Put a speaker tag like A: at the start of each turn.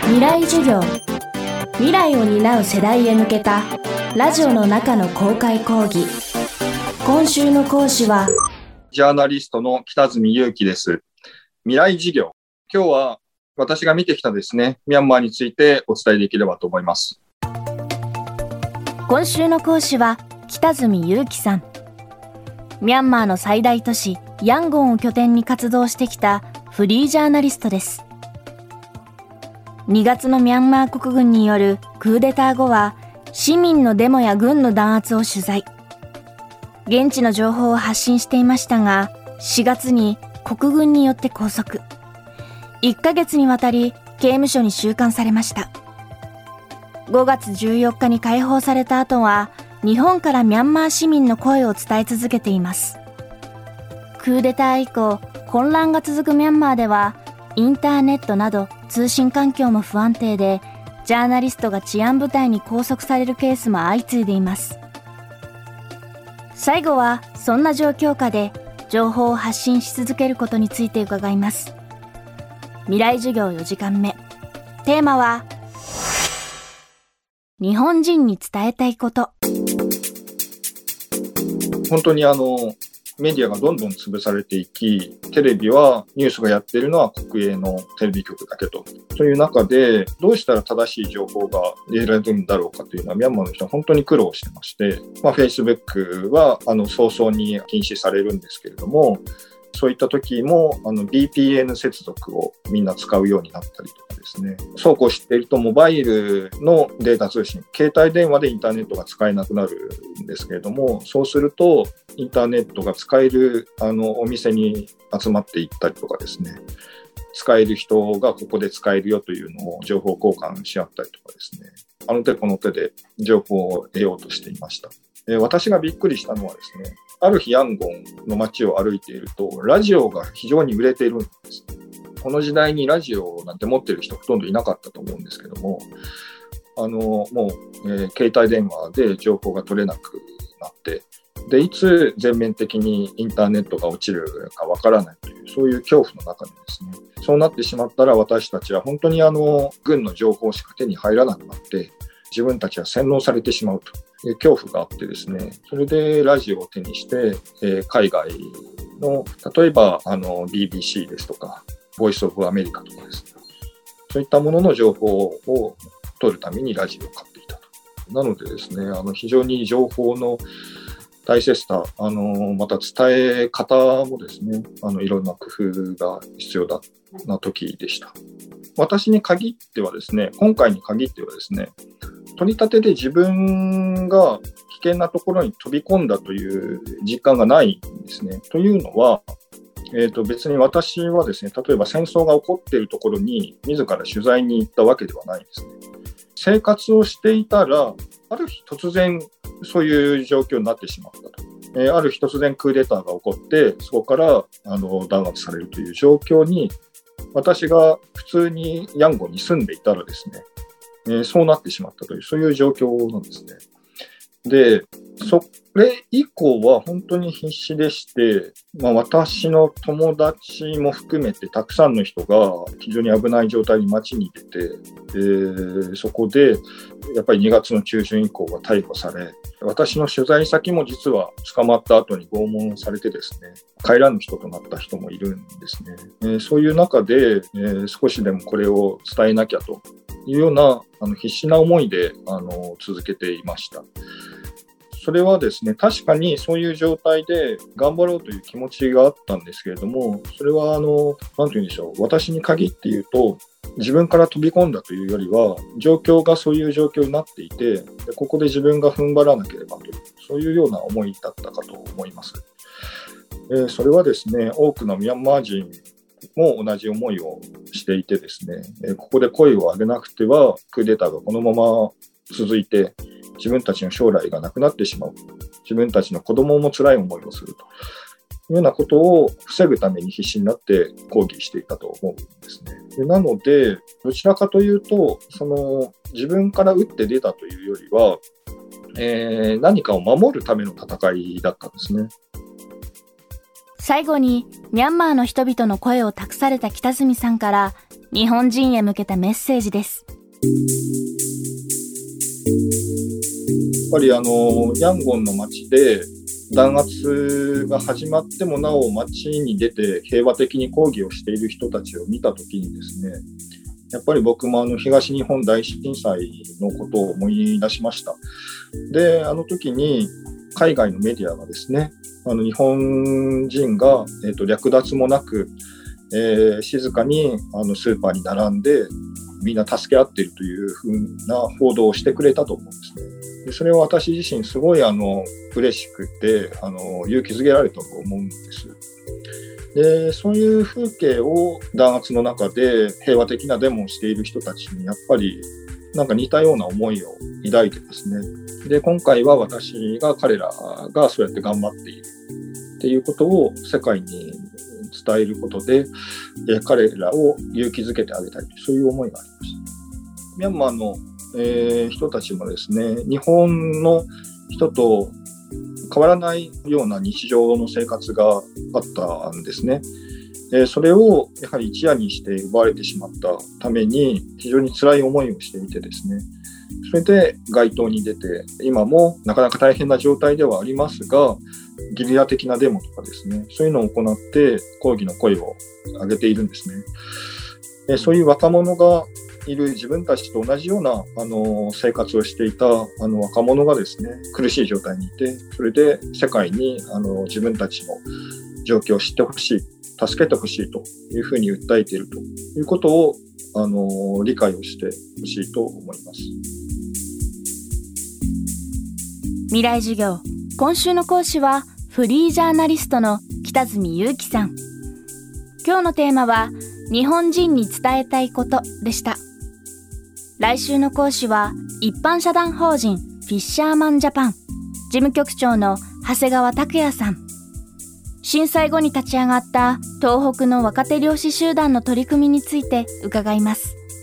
A: 未来授業。未来を担う世代へ向けたラジオの中の公開講義。今週の講師は
B: ジャーナリストの北住裕樹です。未来授業。今日は私が見てきたですね、ミャンマーについてお伝えできればと思います。
A: 今週の講師は北住裕樹さん。ミャンマーの最大都市ヤンゴンを拠点に活動してきたフリージャーナリストです。2月のミャンマー国軍によるクーデター後は市民のデモや軍の弾圧を取材。現地の情報を発信していましたが、4月に国軍によって拘束。1ヶ月にわたり刑務所に収監されました。5月14日に解放された後は、日本からミャンマー市民の声を伝え続けています。クーデター以降、混乱が続くミャンマーでは、インターネットなど通信環境も不安定で、ジャーナリストが治安部隊に拘束されるケースも相次いでいます。最後は、そんな状況下で情報を発信し続けることについて伺います。未来授業4時間目。テーマは、日本人に伝えたいこと。
B: 本当にメディアがどんどん潰されていき、テレビはニュースがやっているのは国営のテレビ局だけと。という中で、どうしたら正しい情報が得られるんだろうかというのは、ミャンマーの人は本当に苦労してまして、Facebook は早々に禁止されるんですけれども、そういった時もVPN 接続をみんな使うようになったりとかですね。そうこうしているとモバイルのデータ通信、携帯電話でインターネットが使えなくなるんですけれども、そうするとインターネットが使えるお店に集まっていったりとかですね。使える人がここで使えるよというのを情報交換し合ったりとかですね。あの手この手で情報を得ようとしていました。私がびっくりしたのはですね、ある日ヤンゴンの街を歩いていると、ラジオが非常に売れているんです。この時代にラジオなんて持っている人ほとんどいなかったと思うんですけども、携帯電話で情報が取れなくなって、で、いつ全面的にインターネットが落ちるかわからないという、そういう恐怖の中でですね、そうなってしまったら私たちは本当に軍の情報しか手に入らなくなって、自分たちは洗脳されてしまうという恐怖があってですね、それでラジオを手にして、海外の、例えばBBC ですとか、ボイスオブアメリカとかですね、そういったものの情報を取るためにラジオを買っていたと。なのでですね、非常に情報の大切さ、また伝え方もですね、いろんな工夫が必要な時でした。私に限ってはですね、今回に限ってはですね、取り立てで自分が危険なところに飛び込んだという実感がないんですね。というのは、別に私はですね、例えば戦争が起こっているところに自ら取材に行ったわけではないんですね。生活をしていたら、ある日突然そういう状況になってしまったと。ある日突然クーデターが起こって、そこから弾圧されるという状況に、私が普通にヤンゴンに住んでいたらですね、そうなってしまったという、そういう状況なんですね。で、それ以降は本当に必死でして、私の友達も含めてたくさんの人が非常に危ない状態に街に出て、そこでやっぱり2月の中旬以降は逮捕され、私の取材先も実は捕まった後に拷問されてですね、帰らぬ人となった人もいるんですね。そういう中で、少しでもこれを伝えなきゃというような必死な思いで続けていました。それはですね、確かにそういう状態で頑張ろうという気持ちがあったんですけれども、それはなんて言うんでしょう、私に限って言うと、自分から飛び込んだというよりは、状況がそういう状況になっていて、でここで自分が踏ん張らなければという、そういうような思いだったかと思います。それはですね、多くのミャンマー人も同じ思いをしていてですね、ここで声を上げなくては、クーデターがこのまま続いて、自分たちの将来がなくなってしまう。自分たちの子供も辛い思いをするというようなことを防ぐために必死になって抗議していたと思うんですね。なので、どちらかというと、自分から打って出たというよりは、何かを守るための戦いだったんですね。
A: 最後にミャンマーの人々の声を託された北住さんから日本人へ向けたメッセージです。
B: やっぱりヤンゴンの街で弾圧が始まってもなお街に出て平和的に抗議をしている人たちを見たときにですね、やっぱり僕も東日本大震災のことを思い出しました。で、あの時に海外のメディアがですね、日本人が、略奪もなく、静かにスーパーに並んでみんな助け合っているというふうな報道をしてくれたと思うんですね。でそれは私自身すごい嬉しくて勇気づけられたと思うんです。でそういう風景を弾圧の中で平和的なデモをしている人たちにやっぱりなんか似たような思いを抱いてですね、で今回は私が彼らがそうやって頑張っているっていうことを世界に伝えることで、彼らを勇気づけてあげたいというそういう思いがありました。ミャンマーの、人たちもですね、日本の人と変わらないような日常の生活があったんですね。それをやはり一夜にして奪われてしまったために非常に辛い思いをしていてですね、それで街頭に出て今もなかなか大変な状態ではありますが、ゲリラ的なデモとかですね、そういうのを行って抗議の声を上げているんですね。そういう若者がいる自分たちと同じような生活をしていた若者がですね、苦しい状態にいて、それで世界に自分たちの状況を知ってほしい、助けてほしいというふうに訴えているということを理解をしてほしいと思います。
A: 未来授業、今週の講師はフリージャーナリストの北住裕樹さん。今日のテーマは日本人に伝えたいことでした。来週の講師は一般社団法人フィッシャーマンジャパン事務局長の長谷川拓也さん。震災後に立ち上がった東北の若手漁師集団の取り組みについて伺います。